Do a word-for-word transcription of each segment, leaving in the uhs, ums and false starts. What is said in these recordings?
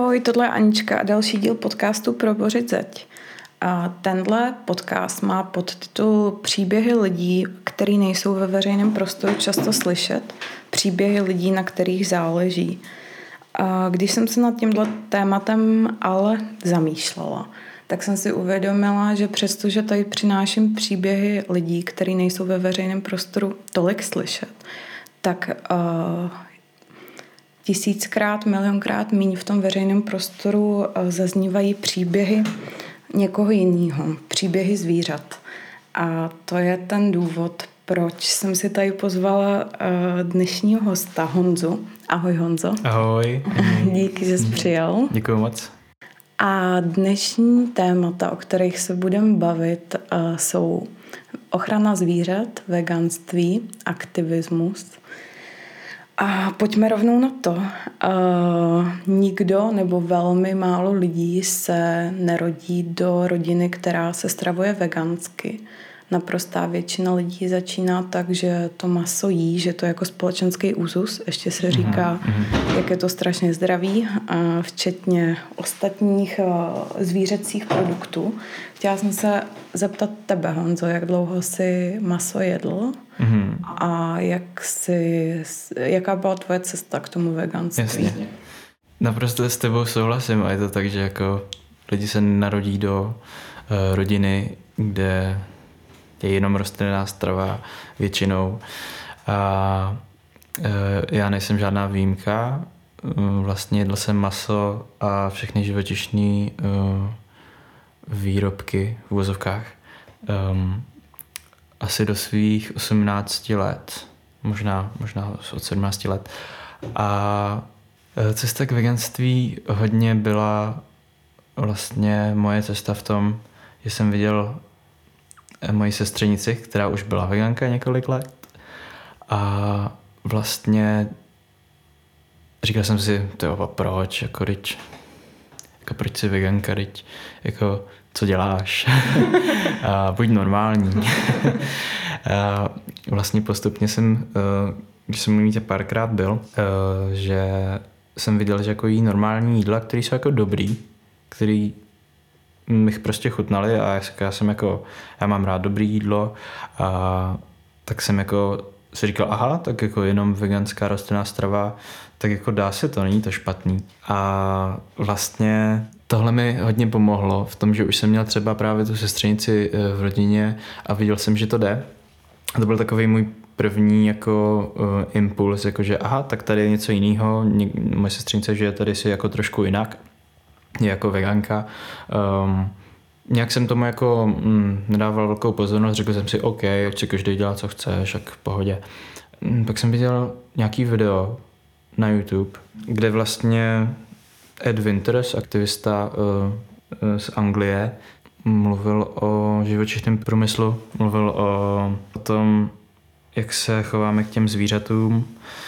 Ahoj, tohle je Anička a další díl podcastu Probořit zeď. A tenhle podcast má podtitul Příběhy lidí, který nejsou ve veřejném prostoru často slyšet, příběhy lidí, na kterých záleží. A když jsem se nad tímhle tématem ale zamýšlela, tak jsem si uvědomila, že přestože tady přináším příběhy lidí, který nejsou ve veřejném prostoru tolik slyšet, tak uh, tisíckrát, milionkrát míň v tom veřejném prostoru uh, zaznívají příběhy někoho jiného, příběhy zvířat. A to je ten důvod, proč jsem si tady pozvala uh, dnešního hosta Honzu. Ahoj, Honzo. Ahoj. Díky, že jsi přijel. Děkuji moc. A dnešní témata, o kterých se budeme bavit, uh, jsou ochrana zvířat, veganství, aktivismus. A pojďme rovnou na to. Uh, nikdo nebo velmi málo lidí se nerodí do rodiny, která se stravuje vegansky. Naprostá většina lidí začíná tak, že to maso jí, že to je jako společenský úzus. Ještě se říká, mm-hmm. jak je to strašně zdravý, včetně ostatních zvířecích produktů. Chtěla jsem se zeptat tebe, Honzo, jak dlouho jsi maso jedl mm-hmm. a jak jsi, jaká byla tvoje cesta k tomu veganství? Jasně. Naprosto s tebou souhlasím a je to tak, že jako lidi se narodí do uh, rodiny, kde je jenom rostlinná strava většinou. A e, já nejsem žádná výjimka. Vlastně jedl jsem maso a všechny živočišné e, výrobky v uvozovkách. Um, asi do svých osmnácti let. Možná, možná od sedmnácti let. A e, cesta k veganství hodně byla vlastně moje cesta v tom, že jsem viděl moji sestřenici, která už byla veganka několik let a vlastně říkal jsem si, to proč, jako ryč, jako proč jsi veganka, ryč, jako co děláš, a buď normální. A vlastně postupně jsem, když jsem u ní párkrát byl, že jsem viděl, že jako jí normální jídla, které jsou jako dobrý, který bych prostě chutnali a já jsem jako, já mám rád dobré jídlo a tak jsem jako si říkal, aha, tak jako jenom veganská rostlinná strava, tak jako dá se to, není to špatný. A vlastně tohle mi hodně pomohlo v tom, že už jsem měl třeba právě tu sestřenici v rodině a viděl jsem, že to jde. A to byl takový můj první jako uh, impuls, jako že aha, tak tady je něco jiného, moje sestřenice žije tady si jako trošku jinak, jako veganka. Um, nějak jsem tomu jako mm, nedával velkou pozornost, řekl jsem si, OK, ať si každý dělá, co chceš, jak v pohodě. Um, pak jsem viděl nějaký video na YouTube, kde vlastně Ed Winters, aktivista uh, z Anglie, mluvil o živočišném průmyslu, mluvil o, o tom, jak se chováme k těm zvířatům,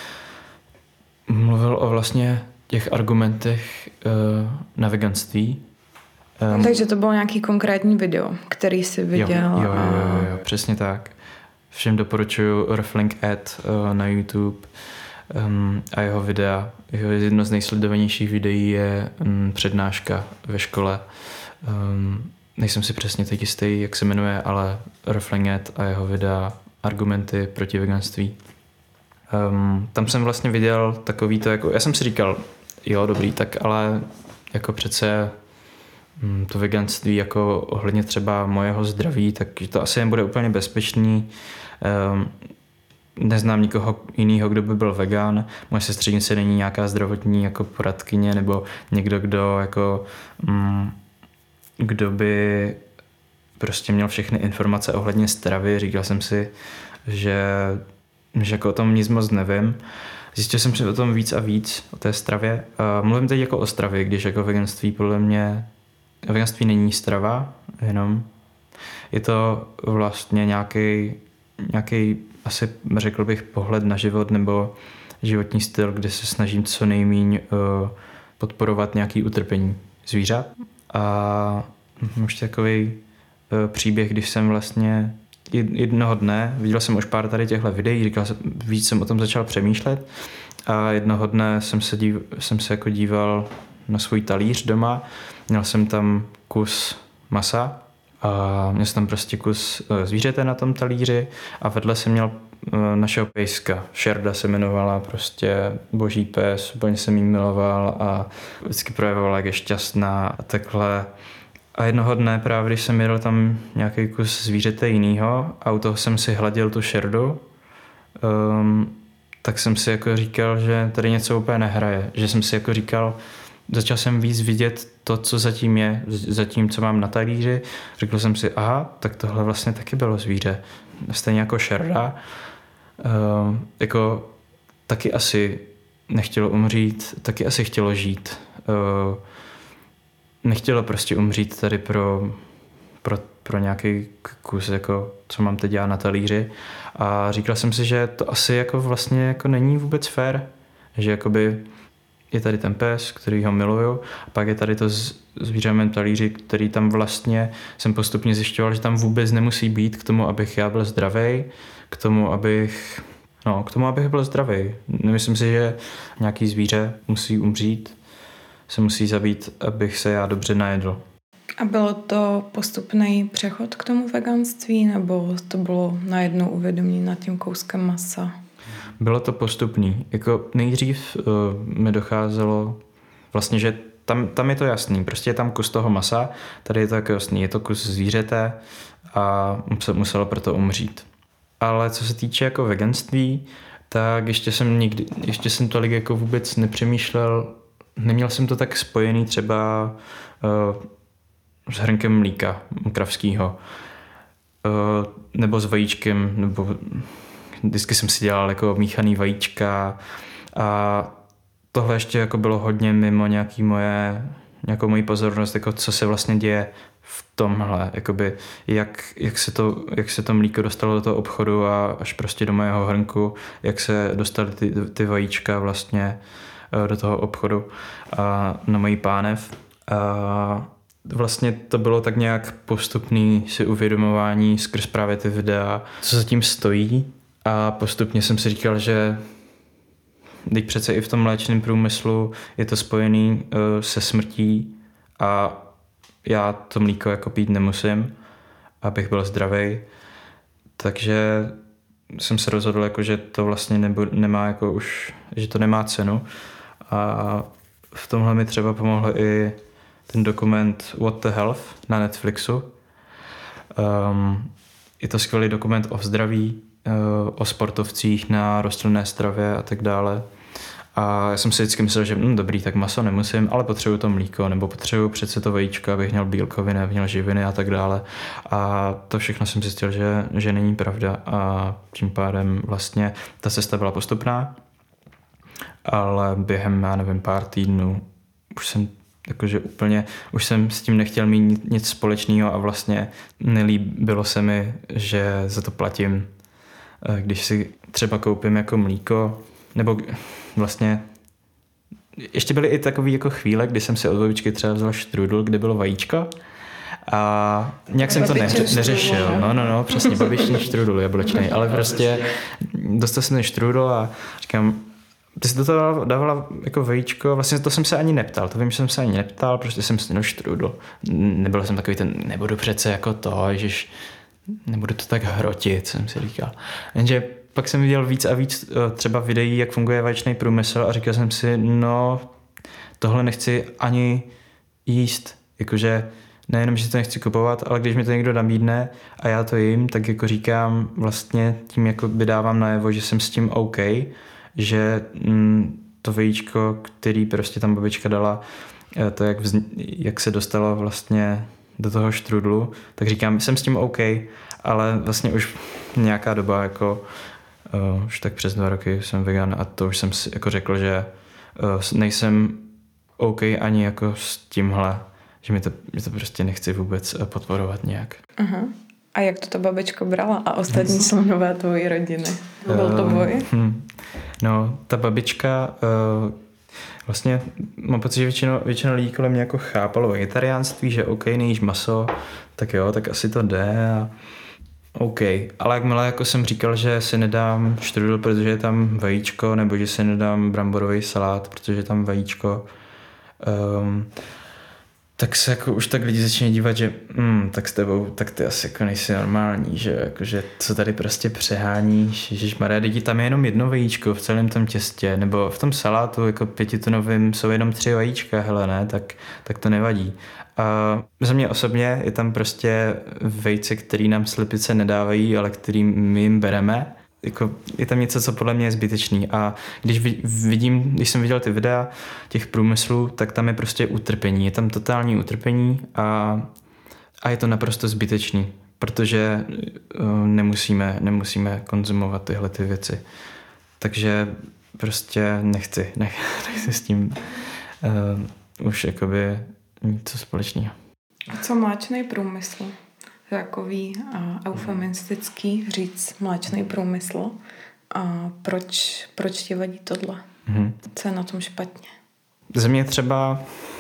mluvil o vlastně těch argumentech uh, na veganství. Um, Takže to bylo nějaký konkrétní video, který jsi viděl. Jo, jo, a... jo, jo, jo, přesně tak. Všem doporučuji Ruffling Ed uh, na YouTube um, a jeho videa. Jeho jedno z nejsledovanějších videí je um, přednáška ve škole. Um, nejsem si přesně teď jistý, jak se jmenuje, ale Ruffling Ed a jeho videa Argumenty proti veganství. Um, tam jsem vlastně viděl takový to, jako, já jsem si říkal, jo, dobrý, tak ale jako přece hm, to veganství jako ohledně třeba mojeho zdraví, tak to asi nebude úplně bezpečný. Um, neznám nikoho jiného, kdo by byl vegan. Moje sestřenice není nějaká zdravotní jako poradkyně nebo někdo, kdo jako hm, kdo by prostě měl všechny informace ohledně stravy. Říkal jsem si, že že jako o tom nic moc nevím. Zjistil jsem si o tom víc a víc, o té stravě. Uh, mluvím teď jako o stravě, když jako veganství podle mě, veganství není strava, jenom je to vlastně nějaký, nějaký asi řekl bych pohled na život nebo životní styl, kde se snažím co nejméně uh, podporovat nějaký utrpení zvířat. A ještě takový uh, příběh, když jsem vlastně jednoho dne, viděl jsem už pár tady těchto videí, říkal jsem, víc jsem o tom začal přemýšlet a jednoho dne jsem se, dív, jsem se jako díval na svůj talíř doma. Měl jsem tam kus masa a měl jsem tam prostě kus zvířete na tom talíři a vedle jsem měl našeho pejska. Šerda se jmenovala, prostě boží pes, úplně jsem jí miloval a vždycky projevovala, jak je šťastná a takhle. A jednoho dne právě, když jsem jedl tam nějaký kus zvířete jinýho a u toho jsem si hladil tu šerdu, um, tak jsem si jako říkal, že tady něco úplně nehraje. Že jsem si jako říkal, začal jsem víc vidět to, co zatím je, zatím, co mám na talíři. Řekl jsem si, aha, tak tohle vlastně taky bylo zvíře. Stejně jako šerda. Um, jako taky asi nechtělo umřít, taky asi chtělo žít. Uh, nechtělo prostě umřít tady pro, pro, pro nějaký kus, jako, co mám teď já na talíři. A říkal jsem si, že to asi jako vlastně jako není vůbec fér, že jakoby je tady ten pes, který ho miluju, a pak je tady to zvíře na mém talíři, který tam vlastně jsem postupně zjišťoval, že tam vůbec nemusí být k tomu, abych já byl zdravej, k tomu, abych, no, k tomu, abych byl zdravej. Nemyslím si, že nějaký zvíře musí umřít, se musí zabít, abych se já dobře najedl. A bylo to postupný přechod k tomu veganství, nebo to bylo najednou uvědomění nad tím kouskem masa? Bylo to postupný. Jako nejdřív uh, mi docházelo vlastně, že tam, tam je to jasný. Prostě je tam kus toho masa, tady je to jako jasný. Je to kus zvířete a muselo proto umřít. Ale co se týče jako veganství, tak ještě jsem nikdy, ještě jsem tolik jako vůbec nepřemýšlel, neměl jsem to tak spojený třeba uh, s hrnkem mlíka kravského, uh, nebo s vajíčkem, nebo vždycky jsem si dělal jako míchaný vajíčka a tohle ještě jako bylo hodně mimo nějaký moje, nějakou moji pozornost, jako co se vlastně děje v tomhle, jakoby jak, jak, se to, jak se to mlíko dostalo do toho obchodu a až prostě do mého hrnku, jak se dostaly ty, ty vajíčka vlastně do toho obchodu a na mojí pánev. A vlastně to bylo tak nějak postupný si uvědomování skrz právě ty videa, co za tím stojí. A postupně jsem si říkal, že teď přece i v tom mléčném průmyslu je to spojený uh, se smrtí a já to mlíko jako pít nemusím, abych byl zdravý. Takže jsem se rozhodl, jako, že to vlastně nebu, nemá jako už, že to nemá cenu. A v tomhle mi třeba pomohl i ten dokument What the Health na Netflixu. Um, je to skvělý dokument o zdraví, o sportovcích na rostlinné stravě a tak dále. A já jsem si vždycky myslel, že hm, dobrý, tak maso nemusím, ale potřebuju to mlíko, nebo potřebuju přece to vajíčko, abych měl bílkoviny, abych měl živiny a tak dále. A to všechno jsem zjistil, že, že není pravda a tím pádem vlastně ta cesta byla postupná, ale během, já nevím, pár týdnů už jsem jakože úplně, už jsem s tím nechtěl mít nic společného a vlastně nelíbilo se mi, že za to platím. Když si třeba koupím jako mlíko, nebo vlastně ještě byly i takové jako chvíle, kdy jsem si od babičky třeba vzal štrudl, kde bylo vajíčko a nějak jsem to neře- neřešil. No, no, no, přesně, babičný štrudl jablečný, ale prostě dostal jsem ten štrudl a říkám, ty jsi do toho dávala jako vajíčko, vlastně to jsem se ani neptal, to vím, že jsem se ani neptal, protože jsem si štrudl. Nebyl jsem takový ten, nebudu přece jako to, ježiš, nebudu to tak hrotit, jsem si říkal. Jenže pak jsem viděl víc a víc třeba videí, jak funguje vaječný průmysl a říkal jsem si, no tohle nechci ani jíst, jakože nejenom, že to nechci kupovat, ale když mi to někdo nabídne a já to jím, tak jako říkám vlastně tím jako by dávám najevo, že jsem s tím OK, že mm, to vajíčko, který prostě tam babička dala, to jak, vzni- jak se dostalo vlastně do toho štrudlu, tak říkám, jsem s tím OK, ale vlastně už nějaká doba, jako uh, už tak přes dva roky jsem vegan a to už jsem si jako řekl, že uh, nejsem OK ani jako s tímhle, že mi to, mi to prostě nechci vůbec podporovat nějak. Aha. A jak to ta babička brala a ostatní členové tvojí rodiny? Byl to boj? Uh, hm. No, ta babička uh, vlastně mám pocit, že většinou, většinou lidí kolem mě jako chápalo vegetariánství, že OK, nejíš maso, tak jo, tak asi to jde a OK. Ale jakmile jako jsem říkal, že si nedám štrudl, protože je tam vajíčko, nebo že si nedám bramborový salát, protože je tam vajíčko, um, tak se jako už tak lidi začínají dívat, že mm, tak s tebou, tak ty asi jako nejsi normální, že jako, že co tady prostě přeháníš, ježišmarja, lidi, tam je jenom jedno vajíčko v celém tom těstě, nebo v tom salátu jako pětitonovým jsou jenom tři vajíčka, hele ne, tak, tak to nevadí. A za mě osobně je tam prostě vejce, který nám slepice nedávají, ale který my jim bereme. Jako, je tam něco, co podle mě je zbytečný. A když vidím, když jsem viděl ty videa těch průmyslů, tak tam je prostě utrpení. Je tam totální utrpení a, a je to naprosto zbytečný, protože uh, nemusíme, nemusíme konzumovat tyhle ty věci. Takže prostě nechci, nech, nechci s tím uh, už jakoby mít co společného. Co mléčný průmysl? Takový uh, eufemistický říct mléčný průmysl. A proč, proč ti vadí tohle? Mm-hmm. Co je na tom špatně? Za mě třeba,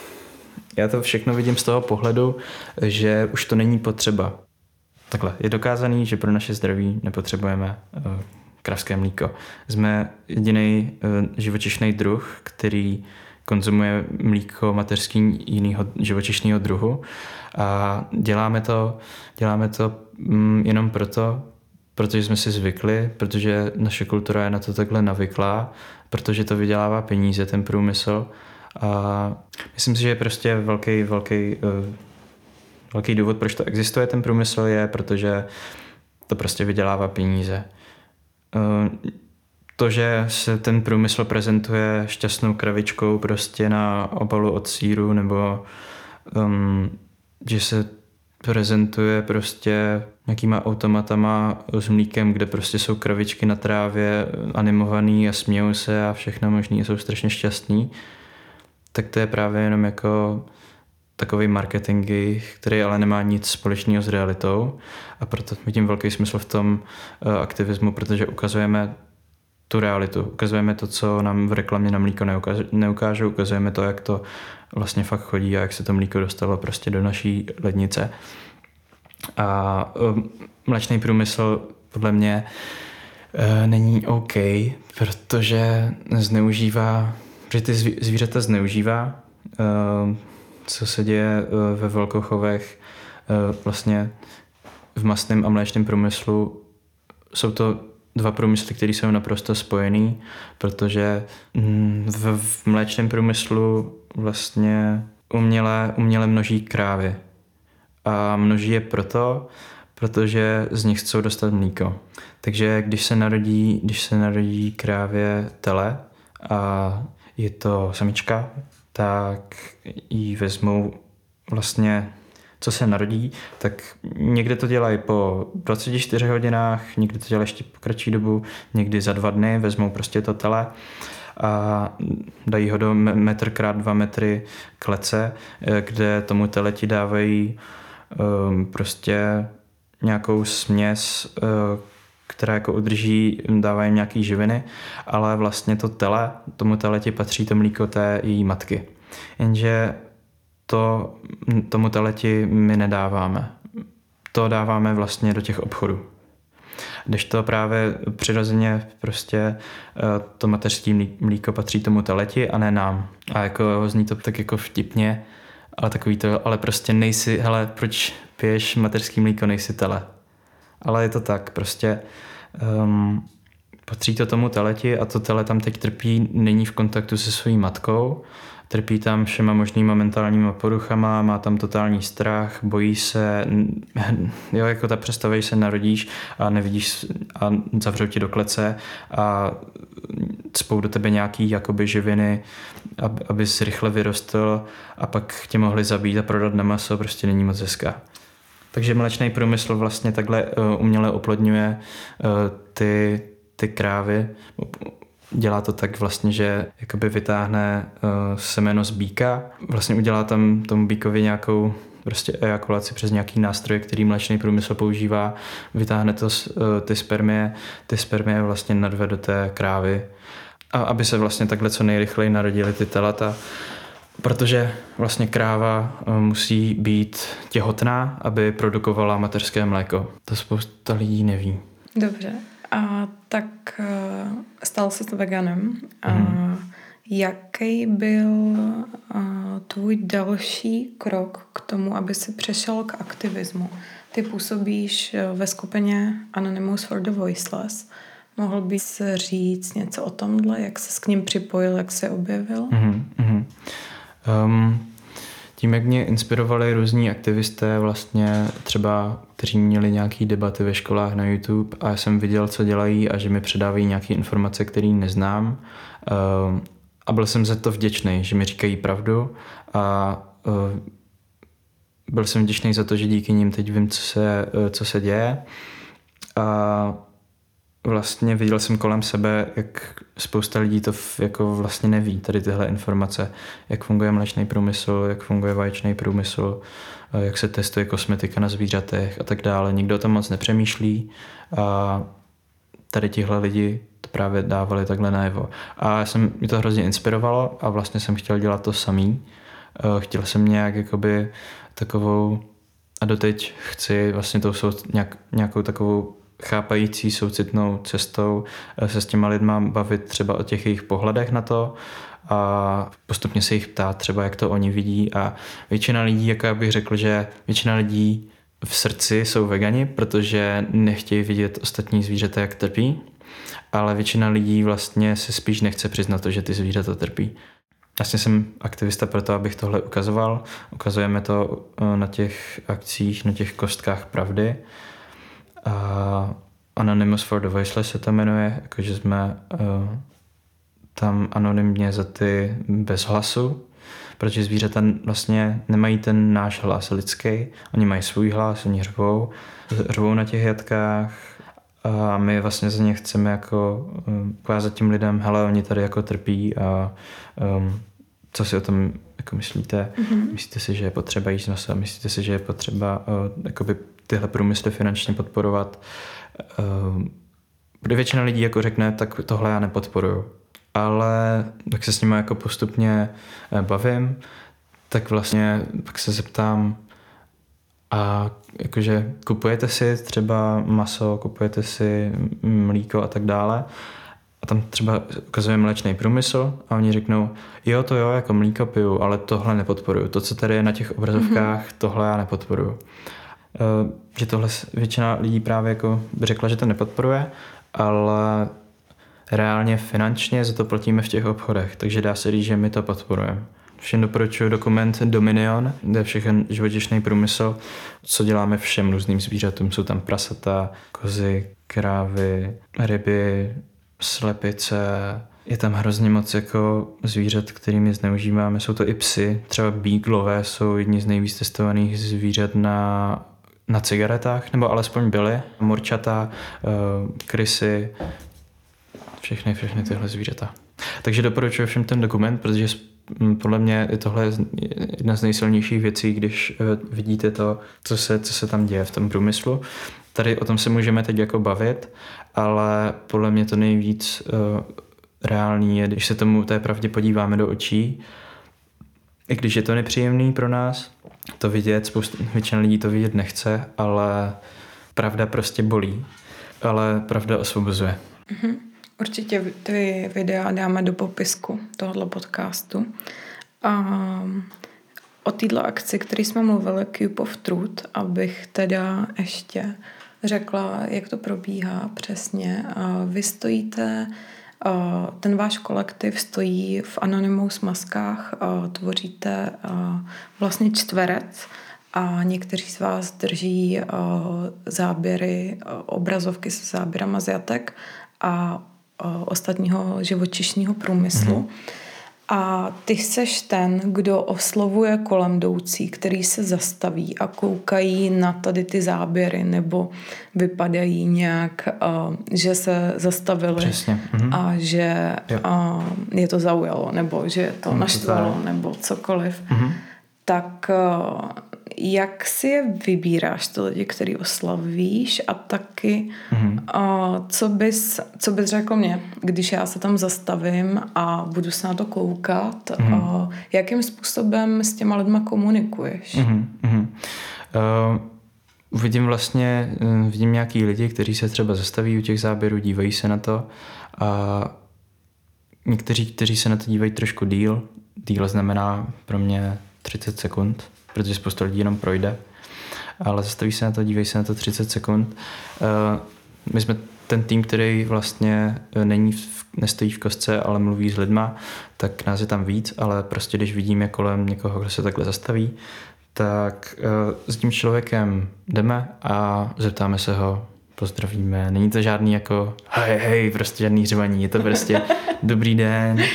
já to všechno vidím z toho pohledu, že už to není potřeba. Takhle, je dokázaný, že pro naše zdraví nepotřebujeme uh, kravské mlíko. Jsme jediný uh, živočišný druh, který konzumuje mlíko mateřský jiného živočišného druhu a děláme to, děláme to mm, jenom proto, protože jsme si zvykli, protože naše kultura je na to takhle navyklá, protože to vydělává peníze, ten průmysl. A myslím si, že je prostě velký, velký, uh, velký důvod, proč to existuje, ten průmysl, je, protože to prostě vydělává peníze. Uh, To, že se ten průmysl prezentuje šťastnou kravičkou prostě na obalu od sýru, nebo um, že se prezentuje prostě nějakýma automatama s mlíkem, kde prostě jsou kravičky na trávě animovaný a smějou se a všechno možný a jsou strašně šťastný, tak to je právě jenom jako takový marketing, který ale nemá nic společného s realitou a proto vidím velký smysl v tom uh, aktivismu, protože ukazujeme tu realitu. Ukazujeme to, co nám v reklamě na mlíko neukážou, ukazujeme to, jak to vlastně fakt chodí a jak se to mlíko dostalo prostě do naší lednice. A um, mléčný průmysl podle mě uh, není OK, protože zneužívá, protože ty zvířata zneužívá, uh, co se děje uh, ve velkochovech, uh, vlastně v masném a mléčném průmyslu. Jsou to dva průmysly, které jsou naprosto spojený, protože v, v mléčném průmyslu vlastně uměle, uměle množí krávy. A množí je proto, protože z nich chcou dostat mlíko. Takže když se narodí, když se narodí krávě tele a je to samička, tak ji vezmou vlastně, co se narodí, tak někde to dělají po dvaceti čtyřech hodinách, někdy to dělají ještě po kratší dobu, někdy za dva dny vezmou prostě to tele a dají ho do metr krát dva metry klece, kde tomu teleti dávají um, prostě nějakou směs, uh, která jako udrží, dávají nějaký živiny, ale vlastně to tele, tomu teleti patří to mlíko té její matky. Jenže to tomu teleti my nedáváme. To dáváme vlastně do těch obchodů. Když to právě přirozeně prostě to mateřské mlíko patří tomu teleti a ne nám. A jako zní to tak jako vtipně, ale takový to, ale prostě nejsi, hele, proč piješ mateřský mlíko, nejsi tele. Ale je to tak, prostě um, patří to tomu teleti a to tele tam teď trpí, není v kontaktu se svojí matkou, trpí tam všema možnýma mentálníma poruchama, má tam totální strach, bojí se, jo, jako ta představa, že se narodíš a nevidíš a zavřou ti do klece a cpou do tebe nějaký jakoby živiny, aby, abys rychle vyrostl a pak tě mohli zabít a prodat na maso, prostě není moc hezká. Takže mléčný průmysl vlastně takhle uh, uměle oplodňuje uh, ty, ty krávy. Dělá to tak vlastně, že jakoby vytáhne uh, semeno z býka, vlastně udělá tam tomu býkovi nějakou prostě ejakulaci přes nějaký nástroj, který mléčný průmysl používá, vytáhne to uh, ty spermie, ty spermie vlastně narve do té krávy, a aby se vlastně takhle co nejrychleji narodily ty telata, protože vlastně kráva uh, musí být těhotná, aby produkovala mateřské mléko. To spousta lidí neví. Dobře. A tak uh, stal se to veganem. A mm. Jaký byl uh, tvůj další krok k tomu, aby si přešel k aktivismu? Ty působíš ve skupině Anonymous for the Voiceless. Mohl bys říct něco o tomhle, jak ses k ním připojil, jak se objevil? Mm-hmm. Um, tím, jak mě inspirovali různí aktivisté, vlastně třeba, kteří měli nějaké debaty ve školách na YouTube a já jsem viděl, co dělají a že mi předávají nějaké informace, které neznám. Um, a byl jsem za to vděčný, že mi říkají pravdu a uh, byl jsem vděčný za to, že díky nim teď vím, co se, co se děje. A vlastně viděl jsem kolem sebe, jak spousta lidí to jako vlastně neví, tady tyhle informace, jak funguje mléčný průmysl, jak funguje vaječný průmysl, jak se testuje kosmetika na zvířatech a tak dále. Nikdo o tom moc nepřemýšlí a tady tihle lidi to právě dávali takhle najevo. A já jsem, mě to hrozně inspirovalo a vlastně jsem chtěl dělat to samý. Chtěl jsem nějak jakoby takovou, a doteď chci vlastně tou sou, nějak, nějakou takovou chápající, soucitnou cestou se s těma lidma bavit třeba o těch jejich pohledech na to a postupně se jich ptát třeba, jak to oni vidí. A většina lidí, jako já bych řekl, že většina lidí v srdci jsou vegani, protože nechtějí vidět ostatní zvířata, jak trpí, ale většina lidí vlastně se spíš nechce přiznat to, že ty zvířata trpí. Vlastně jsem aktivista pro to, abych tohle ukazoval. Ukazujeme to na těch akcích, na těch kostkách pravdy. A Anonymous for the Voiceless se to jmenuje, jakože jsme uh, tam anonymně za ty bez hlasu, protože zvířata vlastně nemají ten náš hlas lidský. Oni mají svůj hlas, oni řvou, řvou na těch jatkách a my vlastně za ně chceme jako um, ukázat těm lidem, hele, oni tady jako trpí a um, co si o tom jako myslíte? Mm-hmm. Myslíte si, že je potřeba jíst nosa? Myslíte si, že je potřeba uh, jakoby tyhle průmysly finančně podporovat? Uh, protože většina lidí jako řekne, tak tohle já nepodporuju. Ale tak se s nimi jako postupně bavím, tak vlastně pak se zeptám, a jakože kupujete si třeba maso, kupujete si mlíko a tak dále. A tam třeba ukazuje mléčný průmysl a oni řeknou, jo, to jo, jako mlíko piju, ale tohle nepodporuju. To, co tady je na těch obrazovkách, mm-hmm. tohle já nepodporuju. Uh, že tohle většina lidí právě jako by řekla, že to nepodporuje, ale reálně finančně za to platíme v těch obchodech, takže dá se říct, že my to podporujeme. Všem doporučuji dokument Dominion, kde je všechen živočišný průmysl, co děláme všem různým zvířatům. Jsou tam prasata, kozy, krávy, ryby, slepice. Je tam hrozně moc jako zvířat, kterými zneužíváme. Jsou to i psy, třeba beaglové jsou jedni z nejvíc testovaných zvířat na, na cigaretách, nebo alespoň byly. Morčata, krysy, všechny, všechny tyhle zvířata. Takže doporučuji všem ten dokument, protože podle mě je tohle jedna z nejsilnějších věcí, když vidíte to, co se, co se tam děje v tom průmyslu. Tady o tom se můžeme teď jako bavit, ale podle mě to nejvíc uh, reálný je, když se tomu té pravdě podíváme do očí, i když je to nepříjemný pro nás, to vidět, spousta, většina lidí to vidět nechce, ale pravda prostě bolí, ale pravda osvobozuje. Mm-hmm. Určitě ty videa dáme do popisku tohoto podcastu. A o této akci, který jsme mluvili, Cube of Truth, abych teda ještě řekla, jak to probíhá přesně. Vy stojíte, ten váš kolektiv stojí v Anonymous maskách, tvoříte vlastně čtverec a někteří z vás drží záběry, obrazovky se záběrama z jatek a ostatního živočišního průmyslu. Mm. A ty seš ten, kdo oslovuje kolem jdoucí, který se zastaví a koukají na tady ty záběry, nebo vypadají nějak, uh, že se zastavili. Přesně. Mm. A že uh, je to zaujalo, nebo že to mm, naštvalo, to nebo cokoliv. Mm. Tak uh, jak si je vybíráš, ty lidi, který oslavíš, a taky mm-hmm. uh, co, bys, co bys řekl mě, když já se tam zastavím a budu se na to koukat, mm-hmm. uh, jakým způsobem s těma lidma komunikuješ? Mm-hmm. Uh, vidím vlastně, vidím nějaký lidi, kteří se třeba zastaví u těch záběrů, dívají se na to a někteří, kteří se na to dívají trošku díl, díl znamená pro mě třicet sekund, protože spousta lidí jenom projde, ale zastaví se na to, dívají se na to třicet sekund. My jsme ten tým, který vlastně není v, nestojí v kostce, ale mluví s lidma, tak nás je tam víc, ale prostě když vidíme kolem někoho, kdo se takhle zastaví, tak uh, s tím člověkem jdeme a zeptáme se ho, pozdravíme. Není to žádný jako hej, hej, prostě žádný hřivaní, je to prostě dobrý den, uh,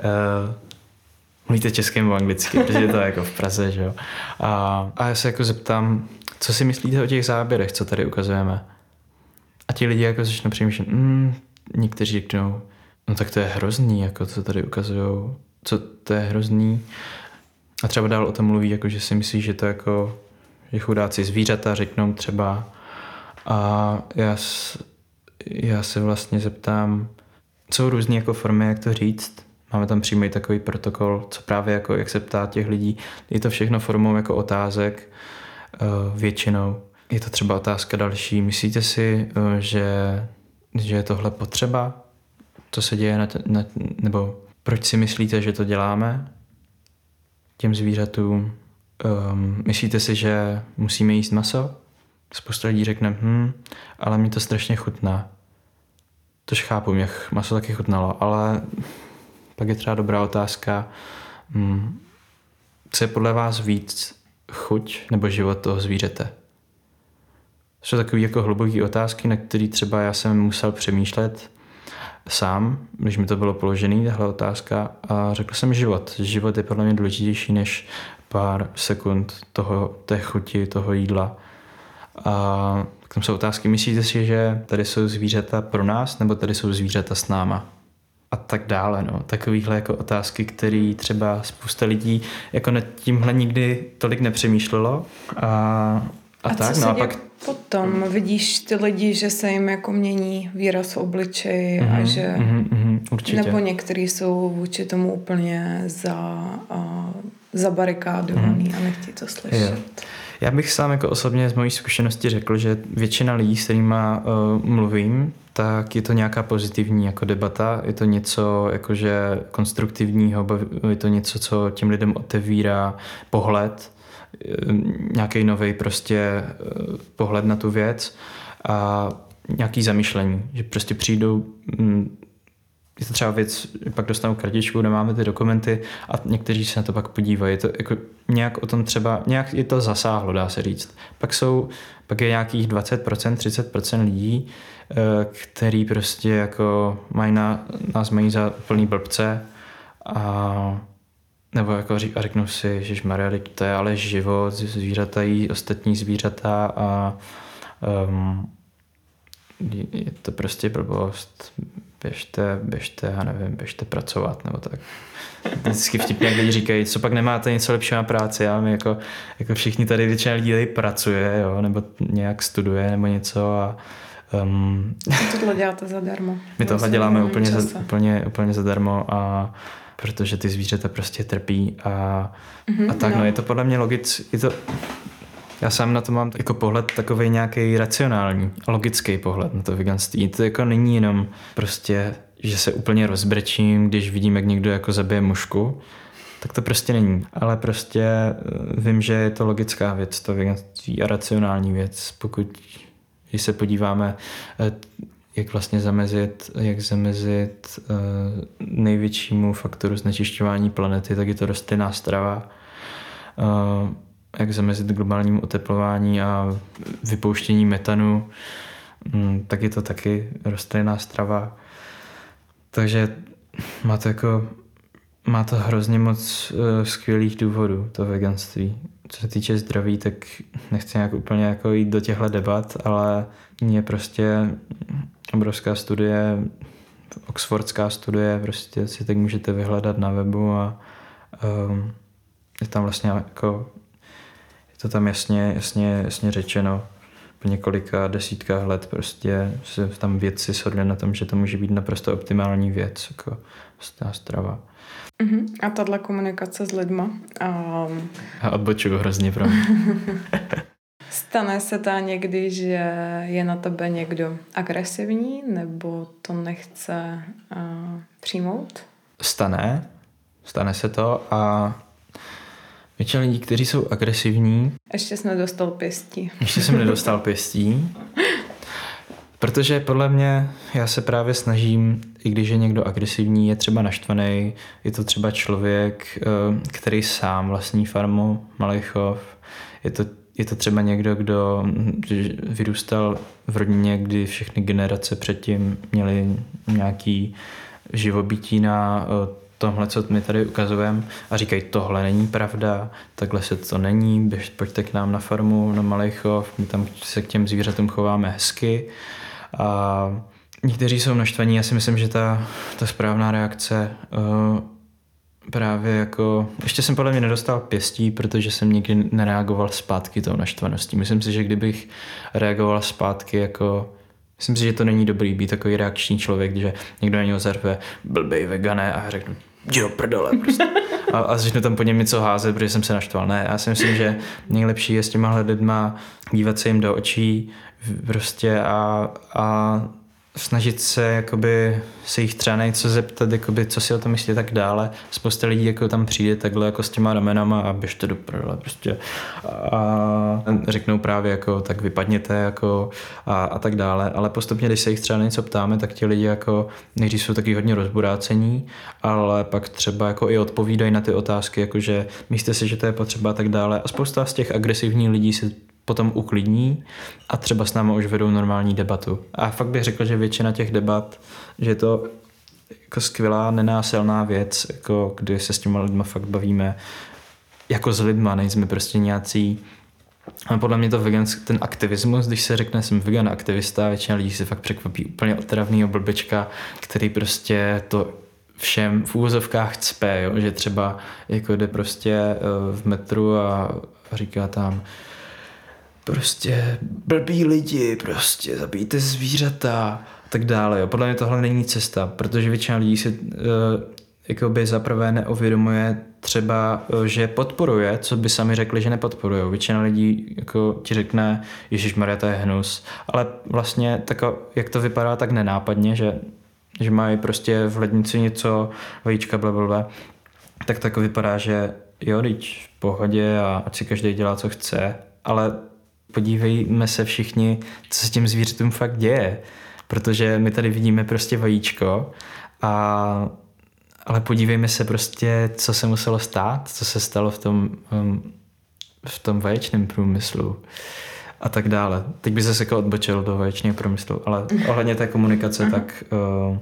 mluvíte česky nebo anglicky, protože je to jako v Praze, že jo. A, a já se jako zeptám, co si myslíte o těch záběrech, co tady ukazujeme? A ti lidi jako začnou přemýšlet, mm, někteří řeknou, no tak to je hrozný, jako co tady ukazujou, co to je hrozný. A třeba dál o tom mluví, jako že si myslí, že to jako, že chudáci zvířata řeknou třeba. A já, já se vlastně zeptám, jsou různé jako formy, jak to říct. Máme tam přímo i takový protokol, co právě jako, jak se ptá těch lidí. Je to všechno formou jako otázek většinou. Je to třeba otázka další. Myslíte si, že, že je tohle potřeba? Co se děje na, t- na nebo proč si myslíte, že to děláme těm zvířatům? Um, myslíte si, že musíme jíst maso? Spousta lidí řekne, hm, ale mě to strašně chutná. Tož chápu, mě maso taky chutnalo, ale pak je třeba dobrá otázka, hm, co je podle vás víc chuť nebo život toho zvířete? To jsou takové jako hluboké otázky, na které třeba já jsem musel přemýšlet sám, když mi to bylo položené, tahle otázka, a řekl jsem život. Život je podle mě důležitější než pár sekund toho, té chuti, toho jídla. A tam jsou otázky, myslíte si, že tady jsou zvířata pro nás, nebo tady jsou zvířata s náma? A tak dále, no. Takovýhle jako otázky, které třeba spousta lidí jako nad tímhle nikdy tolik nepřemýšlelo. A, a, a tak, co no se a pak... potom vidíš ty lidi, že se jim jako mění výraz v obličeji mm-hmm, a že... Mm-hmm, mm-hmm, určitě. Nebo někteří jsou vůči tomu úplně za, uh, zabarikádovaný mm-hmm. a nechtějí to slyšet. Jo. Já bych sám jako osobně z mojí zkušenosti řekl, že většina lidí, s kterými uh, mluvím, tak je to nějaká pozitivní jako debata, je to něco jakože konstruktivního, je to něco, co těm lidem otevírá pohled, nějaký nový prostě pohled na tu věc a nějaký zamyšlení, že prostě přijdou, je to třeba věc, pak dostanou kartičku, kde máme ty dokumenty a někteří se na to pak podívají. Je to jako nějak o tom třeba, nějak je to zasáhlo, dá se říct. Pak jsou, pak je nějakých dvacet procent, třicet procent lidí, který prostě jako mají na, nás mají za plný blbce a nebo jako řík, a řeknou si, ježišmarja, to je ale život, zvířata jí ostatní zvířata a um, je to prostě blbost. Běžte, běžte, já nevím, běžte pracovat, nebo tak. Vždycky vtipně, jak lidi říkají, co pak nemáte něco lepšího na práci, já jako, jako všichni tady, většina lidí tady pracuje, jo, nebo nějak studuje, nebo něco a um, tohle děláte zadarmo. My tohle děláme úplně, za, úplně, úplně zadarmo a protože ty zvířata prostě trpí a, mm-hmm, a tak, no. no je to podle mě logicky, je to, já sám na to mám jako pohled takovej nějaký racionální, logický pohled na to veganství. To jako není jenom prostě, že se úplně rozbrečím, když vidím, jak někdo jako zabije mužku, tak to prostě není. Ale prostě vím, že je to logická věc, to veganství a racionální věc. Pokud, když se podíváme, jak vlastně zamezit, jak zamezit uh, největšímu faktoru znečišťování planety, tak je to rostlinná strava. Uh, jak zamezit globálnímu oteplování a vypouštění metanu, um, tak je to taky rostlinná strava. Takže má to jako má to hrozně moc uh, skvělých důvodů, to veganství. Co se týče zdraví, tak nechci nějak úplně jako jít do těchto debat, ale je prostě obrovská studie, oxfordská studie, prostě si tak můžete vyhledat na webu a um, je tam vlastně jako, je to tam jasně, jasně, jasně řečeno. Po několika desítkách let prostě se tam vědci shodli na tom, že to může být naprosto optimální věc, jako strava. Uh-huh. A tahle komunikace s lidma. Um... A odbočuju hrozně pro mě. Stane se to někdy, že je na tebe někdo agresivní nebo to nechce uh, přijmout? stane, stane se to a většina lidí, kteří jsou agresivní... Ještě jsem nedostal pěstí. Ještě jsem nedostal pěstí. Protože podle mě já se právě snažím, i když je někdo agresivní, je třeba naštvaný, je to třeba člověk, který sám vlastní farmu, malý chov, je to, je to třeba někdo, kdo vyrůstal v rodině, kdy všechny generace předtím měly nějaký živobytí na tomhle, co my tady ukazujeme a říkají, tohle není pravda, takhle se to není, běž, pojďte k nám na farmu, na malý chov, my tam se k těm zvířatům chováme hezky. A někteří jsou naštvaní, já si myslím, že ta, ta správná reakce uh, právě jako... Ještě jsem podle mě nedostal pěstí, protože jsem nikdy nereagoval zpátky tou naštvaností. Myslím si, že kdybych reagoval zpátky jako... Myslím si, že to není dobrý být takový reakční člověk, že někdo na něho zarve blbej vegané a řeknu, jdi do prdele prostě. A, a začnu tam po něm něco házet, protože jsem se naštval. Ne, já si myslím, že nejlepší je s těma lidma dívat se jim do očí prostě a, a snažit se jakoby se jich třeba něco zeptat, jakoby, co si o tom myslí tak dále. Spousta lidí jako tam přijde takhle jako s těma ramenama a běžte do prdele prostě. A řeknou právě jako tak vypadněte jako a, a tak dále. Ale postupně, když se jich třeba něco ptáme, tak ti lidi jako nejdřív jsou taky hodně rozburácení, ale pak třeba jako i odpovídají na ty otázky, jakože myslíte si, že to je potřeba a tak dále. A spousta z těch agresivních lidí se potom uklidní a třeba s námi už vedou normální debatu. A fakt bych řekl, že většina těch debat, že je to jako skvělá, nenásilná věc, jako kdy se s těma lidma fakt bavíme jako s lidma, nejsme prostě nějací. A podle mě to vegan, ten aktivismus, když se řekne, jsem vegan aktivista, většina lidí se fakt překvapí úplně otravnýho blbečka, který prostě to všem v úvozovkách cpe, jo? Že třeba jako jde prostě v metru a říká tam prostě blbí lidi, prostě zabijte zvířata a tak dále. Jo. Podle mě tohle není cesta, protože většina lidí si uh, jakoby zaprvé neuvědomuje třeba, uh, že podporuje, co by sami řekli, že nepodporuje. Většina lidí jako ti řekne, ježišmarja, to je hnus, ale vlastně tako, jak to vypadá tak nenápadně, že, že mají prostě v lednici něco, vajíčka, blablabla, tak tak vypadá, že jo, teď v pohodě a ať si každý dělá, co chce, ale podívejme se všichni, co s tím zvířatům fakt děje, protože my tady vidíme prostě vajíčko, a, ale podívejme se prostě, co se muselo stát, co se stalo v tom, um, v tom vaječném průmyslu a tak dále. Teď by se jako odbočil do vaječného průmyslu, ale ohledně té komunikace, tak uh, uh,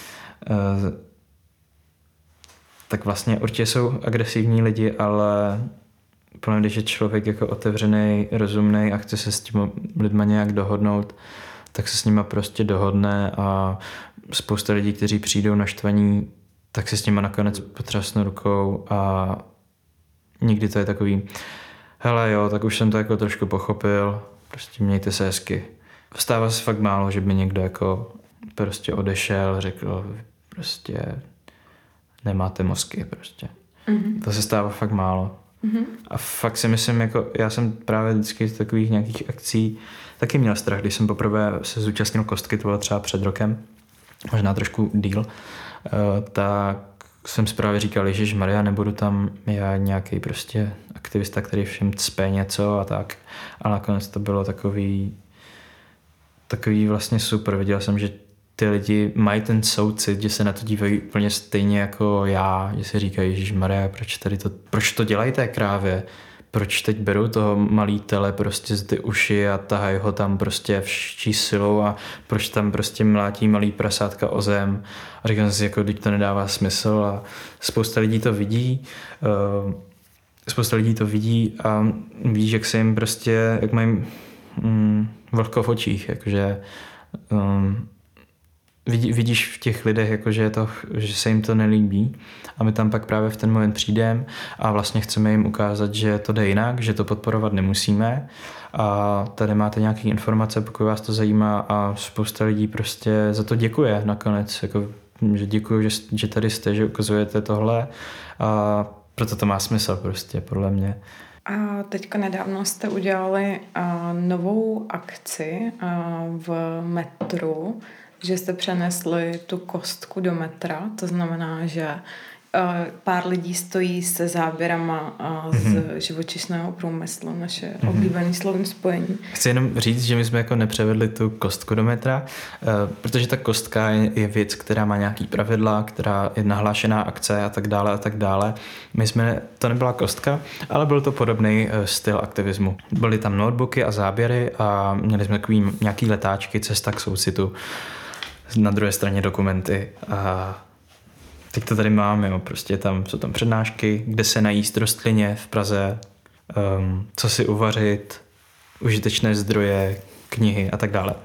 tak vlastně určitě jsou agresivní lidi, ale plně, když je člověk jako otevřený, rozumný a chce se s těmi lidma nějak dohodnout, tak se s nima prostě dohodne a spousta lidí, kteří přijdou naštvaní, tak se s nima nakonec potřásnou rukou a někdy to je takový, hele jo, tak už jsem to jako trošku pochopil, prostě mějte se hezky. Stává se fakt málo, že by někdo jako prostě odešel, řekl prostě nemáte mozky prostě. Mm-hmm. To se stává fakt málo. Mm-hmm. A fakt si myslím, jako já jsem právě vždycky z takových nějakých akcí taky měl strach, když jsem poprvé se zúčastnil kostky, to bylo třeba před rokem, možná trošku díl, tak jsem si právě říkal, ježišmarja, nebudu tam já nějaký prostě aktivista, který všem cpe něco a tak. A nakonec to bylo takový takový vlastně super. Viděl jsem, že ty lidi mají ten soucit, že se na to dívají úplně stejně jako já, že si říkají, ježišmarja, proč tady to, proč to dělají té krávě? Proč teď berou toho malý tele prostě z ty uši a tahají ho tam prostě vší silou a proč tam prostě mlátí malý prasátka o zem? A říkám si, jako, teď to nedává smysl a spousta lidí to vidí, uh, spousta lidí to vidí a víš, jak se jim prostě, jak mají um, vlhko v očích, jakože um, Vidí, vidíš v těch lidech, jako že, je to, že se jim to nelíbí a my tam pak právě v ten moment přijdeme a vlastně chceme jim ukázat, že to jde jinak, že to podporovat nemusíme a tady máte nějaké informace, pokud vás to zajímá a spousta lidí prostě za to děkuje nakonec, jako, že děkuju, že, že tady jste, že ukazujete tohle a proto to má smysl prostě, podle mě. A teďka nedávno jste udělali uh, novou akci uh, v metru že jste přenesli tu kostku do metra, to znamená, že pár lidí stojí se záběrama z mm-hmm. živočišného průmyslu, naše mm-hmm. oblíbené slovní spojení. Chci jenom říct, že my jsme jako nepřevedli tu kostku do metra, protože ta kostka je věc, která má nějaký pravidla, která je nahlášená akce a tak dále a tak dále. My jsme, to nebyla kostka, ale byl to podobný styl aktivismu. Byly tam notebooky a záběry a měli jsme takový nějaký letáčky, cesta k soucitu, na druhé straně dokumenty a teď to tady máme, jo. Prostě tam jsou tam přednášky, kde se najíst rostlině v Praze, um, co si uvařit, užitečné zdroje, knihy a tak dále.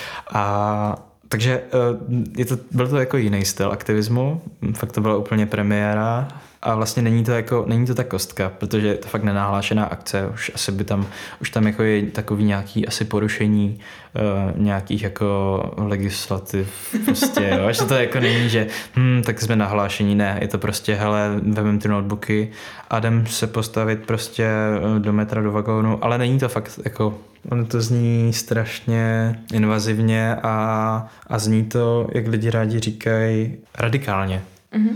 A takže uh, je to, byl to jako jiný styl aktivismu, fakt to byla úplně premiéra a vlastně není to jako, není to ta kostka, protože je to fakt nenahlášená akce, už asi by tam, už tam jako je takový nějaký asi porušení uh, nějakých jako legislativ, prostě, jo, že to jako není, že hm, tak jsme nahlášení, ne, je to prostě, hele, vemem ty notebooky a jdem se postavit prostě do metra, do vagónu, ale není to fakt jako, ono to zní strašně invazivně a, a zní to, jak lidi rádi říkají, radikálně. Mm-hmm.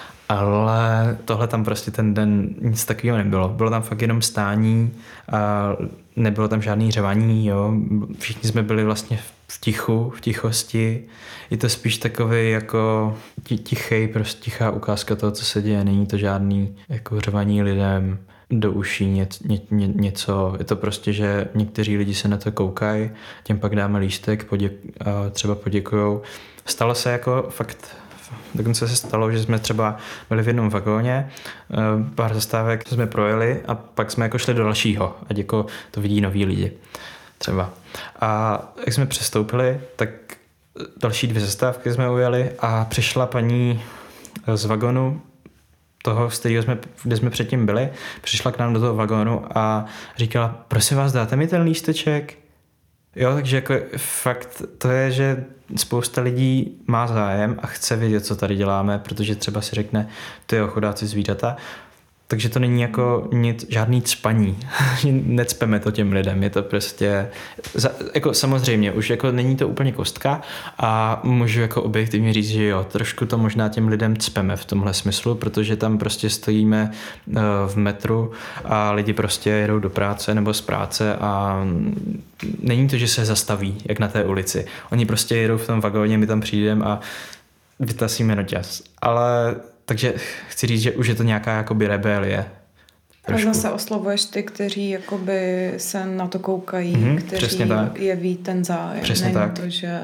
Ale tohle tam prostě ten den nic takového nebylo. Bylo tam fakt jenom stání a nebylo tam žádný řevání, jo. Všichni jsme byli vlastně v tichu, v tichosti. Je to spíš takový jako tichý, prostě tichá ukázka toho, co se děje. Není to žádný jako řevání lidem do uší ně, ně, ně, něco. Je to prostě, že někteří lidi se na to koukají, těm pak dáme lístek, poděk, a třeba poděkujou. Stalo se jako fakt Dokonce se stalo, že jsme třeba byli v jednom vagóně, pár zastávek jsme projeli a pak jsme jako šli do dalšího, ať jako to vidí noví lidi třeba. A jak jsme přestoupili, tak další dvě zastávky jsme ujeli a přišla paní z vagonu toho, z kterého jsme, kde jsme předtím byli, přišla k nám do toho vagónu a říkala, prosím vás, dáte mi ten lísteček? Jo, takže jako fakt to je, že spousta lidí má zájem a chce vědět, co tady děláme, protože třeba si řekne, ty jo, chudáci zvířata. Takže to není jako nic, žádný cpaní. Necpeme to těm lidem, je to prostě jako samozřejmě, už jako není to úplně kostka a můžu jako objektivně říct, že jo, trošku to možná těm lidem cpeme v tomhle smyslu, protože tam prostě stojíme v metru a lidi prostě jedou do práce nebo z práce a není to, že se zastaví, jak na té ulici. Oni prostě jedou v tom vagóně, my tam přijdeme a vytasíme noťaz. Ale takže chci říct, že už je to nějaká jakoby rebelie. A zase oslovuješ ty, kteří jakoby se na to koukají, mm-hmm, kteří jeví ten zájem. Přesně Není tak. to, že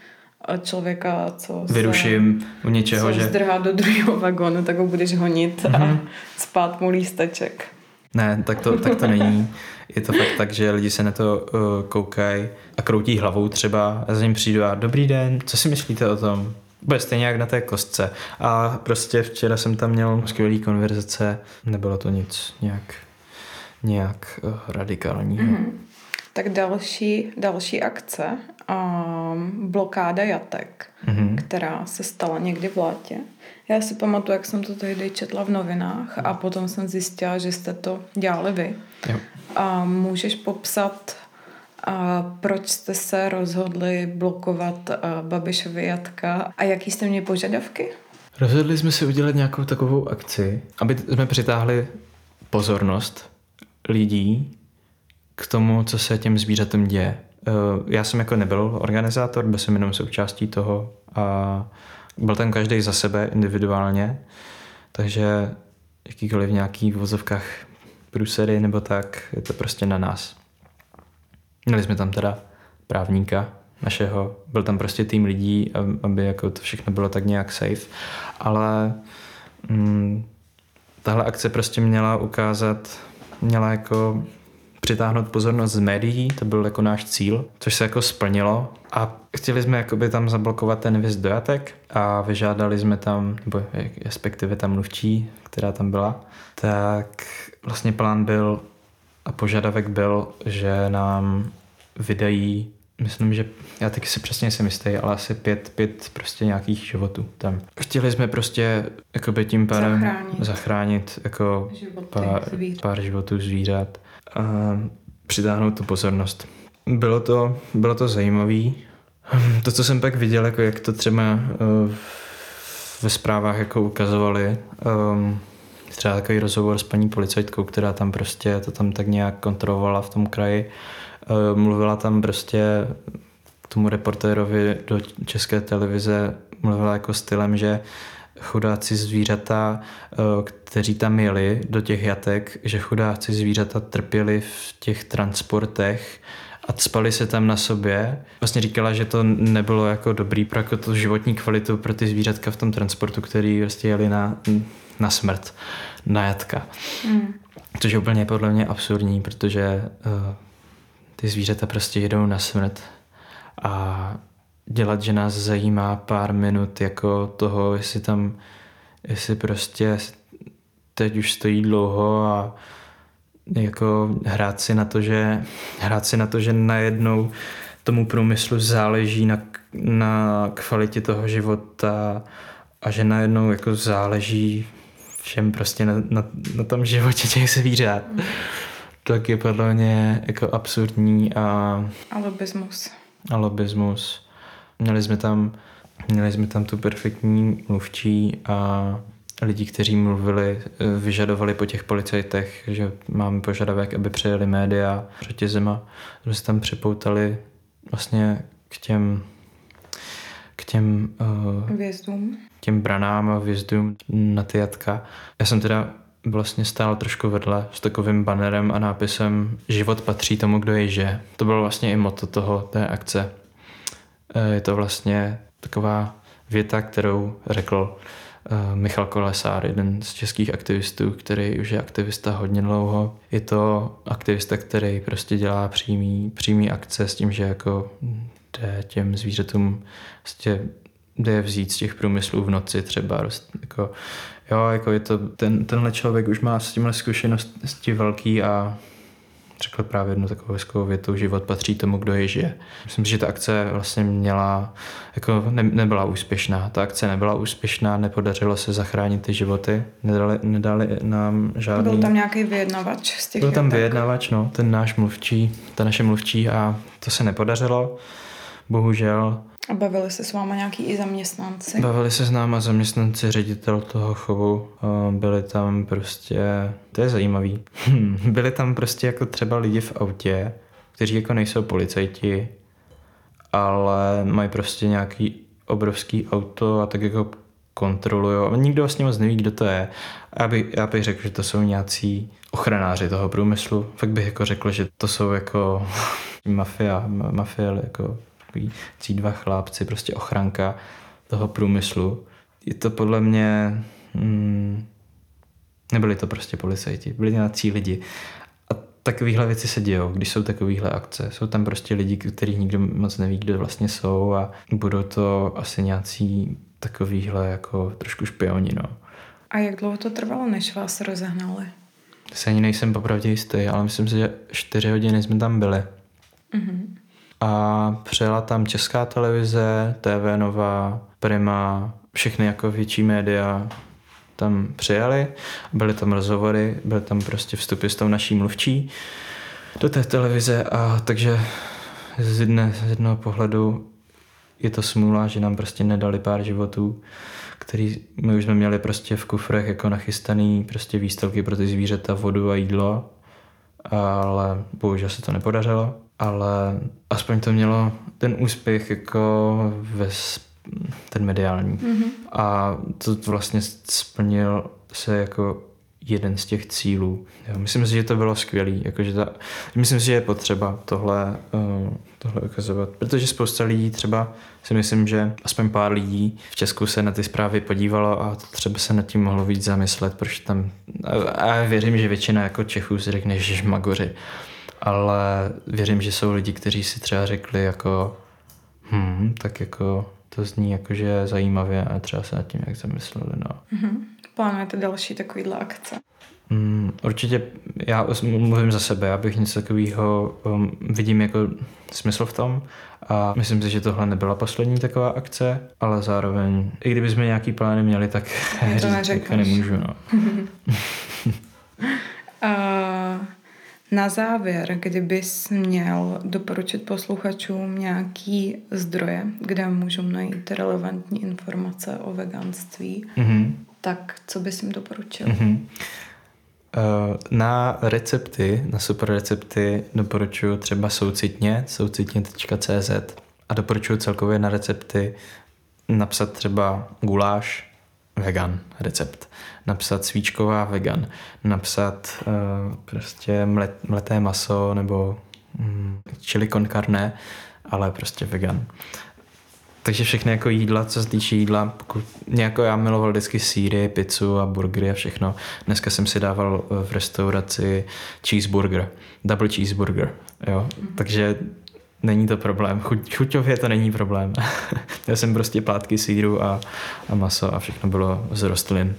člověka, co vyruším u něčeho, co že zdrhá do druhého vagónu, tak ho budeš honit mm-hmm. a spát mu lísteček. Ne, tak to, tak to není. Je to fakt tak, že lidi se na to uh, koukají a kroutí hlavou třeba a za ním přijdu a dobrý den, co si myslíte o tom? Bude stejně jak na té kostce. A prostě včera jsem tam měl skvělý konverzace, nebylo to nic nějak, nějak uh, radikálního. Mm-hmm. Tak další, další akce, um, blokáda jatek, mm-hmm. která se stala někdy v létě. Já si pamatuju, jak jsem to tehdy četla v novinách a potom jsem zjistila, že jste to dělali vy. Jo. A můžeš popsat, a proč jste se rozhodli blokovat Babišovy jatka a jaký jste měli požadavky? Rozhodli jsme si udělat nějakou takovou akci, aby jsme přitáhli pozornost lidí k tomu, co se těm zvířatům děje. Já jsem jako nebyl organizátor, byl jsem jenom součástí toho a byl tam každý za sebe individuálně, takže jakýkoliv nějaký v vozovkách průsery nebo tak, je to prostě na nás. Měli jsme tam teda právníka našeho, byl tam prostě tým lidí, aby jako to všechno bylo tak nějak safe, ale mm, tahle akce prostě měla ukázat, měla jako přitáhnout pozornost z médií, to byl jako náš cíl, což se jako splnilo a chtěli jsme jakoby tam zablokovat ten vjezd do jatek a vyžádali jsme tam, nebo respektive ta mluvčí, která tam byla, tak vlastně plán byl a požadavek byl, že nám vydají, myslím, že já taky si přesně si myslím, ale asi pět, pět prostě nějakých životů tam. Chtěli jsme prostě jakoby tím pádem zachránit, zachránit jako pár, pár životů zvířat a přitáhnout tu pozornost. Bylo to, bylo to zajímavý, To, co jsem pak viděl, jako jak to třeba uh, ve zprávách jako ukazovali, um, třeba takový rozhovor s paní policajtkou, která tam prostě to tam tak nějak kontrolovala v tom kraji. Uh, mluvila tam prostě k tomu reportérovi do České televize, mluvila jako stylem, že chudáci zvířata, uh, kteří tam jeli do těch jatek, že chudáci zvířata trpěli v těch transportech a cpali se tam na sobě. Vlastně říkala, že to nebylo jako dobrý pro jako tu životní kvalitu pro ty zvířatka v tom transportu, který prostě jeli na, na smrt, na jatka. Mm. Což je úplně podle mě absurdní, protože uh, ty zvířata prostě jedou na smrt a dělat, že nás zajímá pár minut jako toho, jestli tam, jestli prostě teď už stojí dlouho a jako hrát si na to, že hrát si na to, že najednou tomu průmyslu záleží na, na kvalitě toho života a že najednou jako záleží všem prostě na, na, na tom životě těch zvířat. Mm. Tak je podle mě jako absurdní a... A lobismus. A lobismus. Měli jsme tam, měli jsme tam tu perfektní mluvčí a lidi, kteří mluvili, vyžadovali po těch policajtech, že máme požadavek, aby přejeli média řetězema. Jsme se tam připoutali vlastně k těm k těm uh, vjezdům. těm branám a vjezdům na ty jatka. Já jsem teda vlastně stál trošku vedle s takovým bannerem a nápisem Život patří tomu, kdo je žije. To bylo vlastně i motto toho, té akce. Je to vlastně taková věta, kterou řekl Michal Kolesár, jeden z českých aktivistů, který už je aktivista hodně dlouho. Je to aktivista, který prostě dělá přímý, přímý akce s tím, že jako jde těm zvířatům prostě jde vzít z těch průmyslů v noci třeba. Jako, jo, jako je to, ten, tenhle člověk už má s tímhle zkušenosti velký a řekl právě jednu takovou hezkou větu, život patří tomu, kdo je žije. Myslím si, že ta akce vlastně měla, jako ne, nebyla úspěšná. Ta akce nebyla úspěšná, nepodařilo se zachránit ty životy, nedali, nedali nám žádný... Byl tam nějaký vyjednavač z těch Byl tam jatek. vyjednavač, no, ten náš mluvčí, ta naše mluvčí a to se nepodařilo, bohužel. A bavili se s váma nějaký i zaměstnanci? Bavili se s náma zaměstnanci, ředitel toho chovu. Byli tam prostě, to je zajímavý, byli tam prostě jako třeba lidi v autě, kteří jako nejsou policajti, ale mají prostě nějaký obrovský auto a tak jako kontrolujou. Nikdo vlastně moc neví, kdo to je. Já bych, já bych řekl, že to jsou nějací ochranáři toho průmyslu. Fakt bych jako řekl, že to jsou jako mafia, mafia jako cí dva chlápci, prostě ochranka toho průmyslu. Je to podle mě... Hmm, nebyli to prostě policajti, byli nějací lidi. A takovýhle věci se dějou, když jsou takovýhle akce. Jsou tam prostě lidi, kteří nikdo moc neví, kdo vlastně jsou a budou to asi nějací takovýhle jako trošku špioni, no. A jak dlouho to trvalo, než vás rozehnali? Se ani nejsem popravdě jistý, ale myslím si, že čtyři hodiny jsme tam byli. Mhm. A přijela tam Česká televize, T V Nova, Prima, všechny jako větší média tam přijeli. Byly tam rozhovory, byly tam prostě vstupy s tou naší mluvčí do té televize a takže z, jedné, z jednoho pohledu je to smůla, že nám prostě nedali pár životů, který my už jsme měli prostě v kufrech jako nachystaný prostě výstelky pro ty zvířata, vodu a jídlo, ale bohužel se to nepodařilo. Ale aspoň to mělo ten úspěch jako ve, ten mediální. Mm-hmm. A to vlastně splnil se jako jeden z těch cílů. Jo, myslím si, že to bylo skvělý. Jakože ta, myslím si, že je potřeba tohle, uh, tohle ukazovat. Protože spousta lidí třeba si myslím, že aspoň pár lidí v Česku se na ty zprávy podívalo a třeba se nad tím mohlo víc zamyslet, proč tam... A já věřím, že většina jako Čechů si řekne, že žmagoři. Ale věřím, že jsou lidi, kteří si třeba řekli jako hm, tak jako to zní jakože zajímavě a třeba se nad tím jak zamysleli, no. Mm-hmm. Plánujete další takovýhle akce? Mm, určitě, já mluvím za sebe, já bych něco takového um, vidím jako smysl v tom a myslím si, že tohle nebyla poslední taková akce, ale zároveň, i kdybychom nějaký plány měli, tak říct, nemůžu, no. uh... Na závěr, kdybys měl doporučit posluchačům nějaký zdroje, kde můžou najít relevantní informace o veganství, mm-hmm. tak co bys jim doporučil? Mm-hmm. Na recepty, na super recepty doporučuji třeba Soucitně, soucitně tečka cé zet a doporučuji celkově na recepty napsat třeba guláš vegan recept, napsat svíčková vegan, napsat uh, prostě mlet, mleté maso nebo um, chili con carne, ale prostě vegan. Takže všechny jako jídla, co se týče jídla, pokud nějako já miloval vždycky sýry, pizzu a burgery a všechno. Dneska jsem si dával v restauraci cheeseburger, double cheeseburger, jo. Mm-hmm. Takže není to problém. Chuť, chuťově to není problém. Já jsem prostě plátky sýru a, a maso a všechno bylo z rostlin.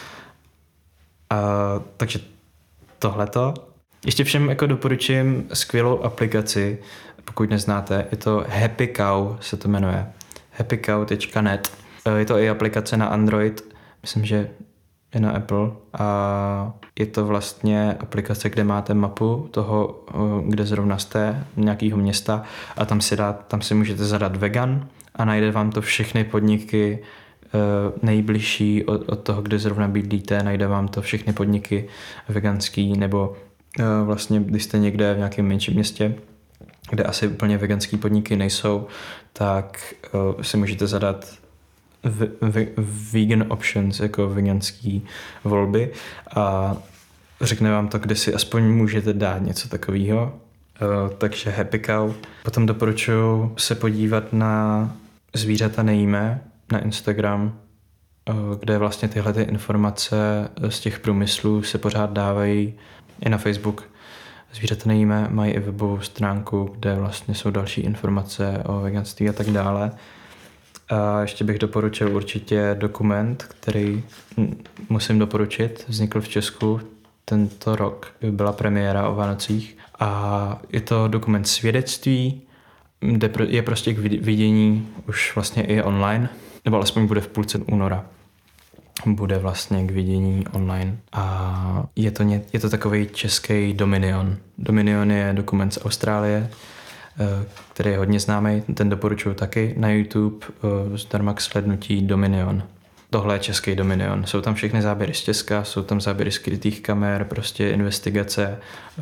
A, takže tohleto. Ještě všem jako doporučím skvělou aplikaci, pokud neznáte, je to Happy Cow, se to jmenuje. happy cow tečka net. Je to i aplikace na Android, myslím, že je na Apple a je to vlastně aplikace, kde máte mapu toho, kde zrovna jste, nějakého města a tam si, dá, tam si můžete zadat vegan a najde vám to všechny podniky nejbližší od, od toho, kde zrovna bydlíte, najde vám to všechny podniky veganský nebo vlastně, když jste někde v nějakém menším městě, kde asi úplně veganský podniky nejsou, tak uh, si můžete zadat v, v, vegan options, jako veganský volby a řekne vám to, kde si aspoň můžete dát něco takového. Uh, takže Happy Cow. Potom doporučuji se podívat na Zvířata nejíme na Instagram, uh, kde vlastně tyhle ty informace z těch průmyslů se pořád dávají i na Facebook. Zvířata nejíme mají i webovou stránku, kde vlastně jsou další informace o veganství a tak dále. A ještě bych doporučil určitě dokument, který musím doporučit. Vznikl v Česku tento rok, byla premiéra o Vánocích. A je to dokument Svědectví, kde je prostě k vidění už vlastně i online, nebo alespoň bude v půlce února. Bude vlastně k vidění online a je to, ně, je to takový český Dominion. Dominion je dokument z Austrálie, který je hodně známý, ten doporučuji taky na YouTube, zdarma k slednutí Dominion. Tohle je český Dominion. Jsou tam všechny záběry z Česka, jsou tam záběry skrytých kamer, prostě investigace.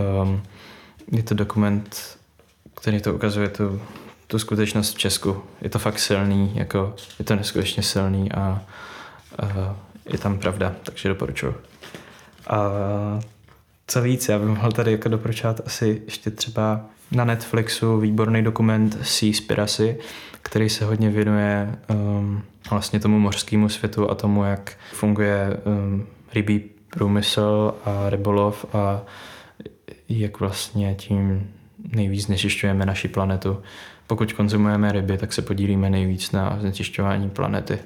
Je to dokument, který to ukazuje tu, tu skutečnost v Česku. Je to fakt silný, jako, je to neskutečně silný a Uh, je tam pravda, takže doporučuji. A uh, co víc, já bych mohl tady jako doporučovat asi ještě třeba na Netflixu výborný dokument Seaspiracy, který se hodně věnuje um, vlastně tomu mořskému světu a tomu, jak funguje um, rybí průmysl a rybolov a jak vlastně tím nejvíc znečišťujeme naši planetu. Pokud konzumujeme ryby, tak se podílíme nejvíc na znečišťování planety.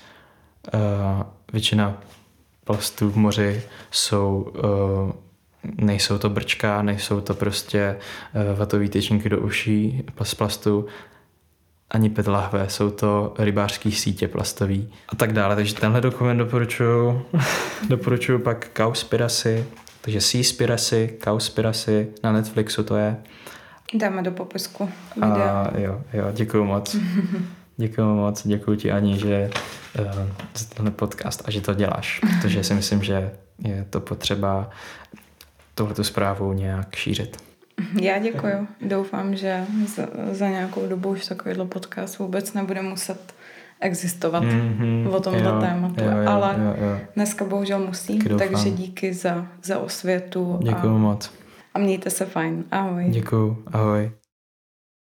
Uh, většina plastů v moři jsou, uh, nejsou to brčka, nejsou to prostě uh, vatové tyčinky do uší z plastu, ani pet lahve, jsou to rybářský sítě plastový a tak dále. Takže tenhle dokument doporučuju. doporučuju pak Cowspiracy, takže Seaspiracy, Cowspiracy, na Netflixu to je. Dáme do popisku video. A jo, jo, děkuju moc. Děkuju moc, děkuju ti Ani, že uh, za tenhle podcast a že to děláš, protože si myslím, že je to potřeba tohletu zprávu nějak šířit. Já děkuju. Doufám, že za, za nějakou dobu už takovýhle podcast vůbec nebude muset existovat mm-hmm, o tomhle jo, tématu, jo, jo, ale jo, jo. Dneska bohužel musí, takže díky za, za osvětu. Děkuju a, moc. A mějte se fajn. Ahoj. Děkuju, ahoj.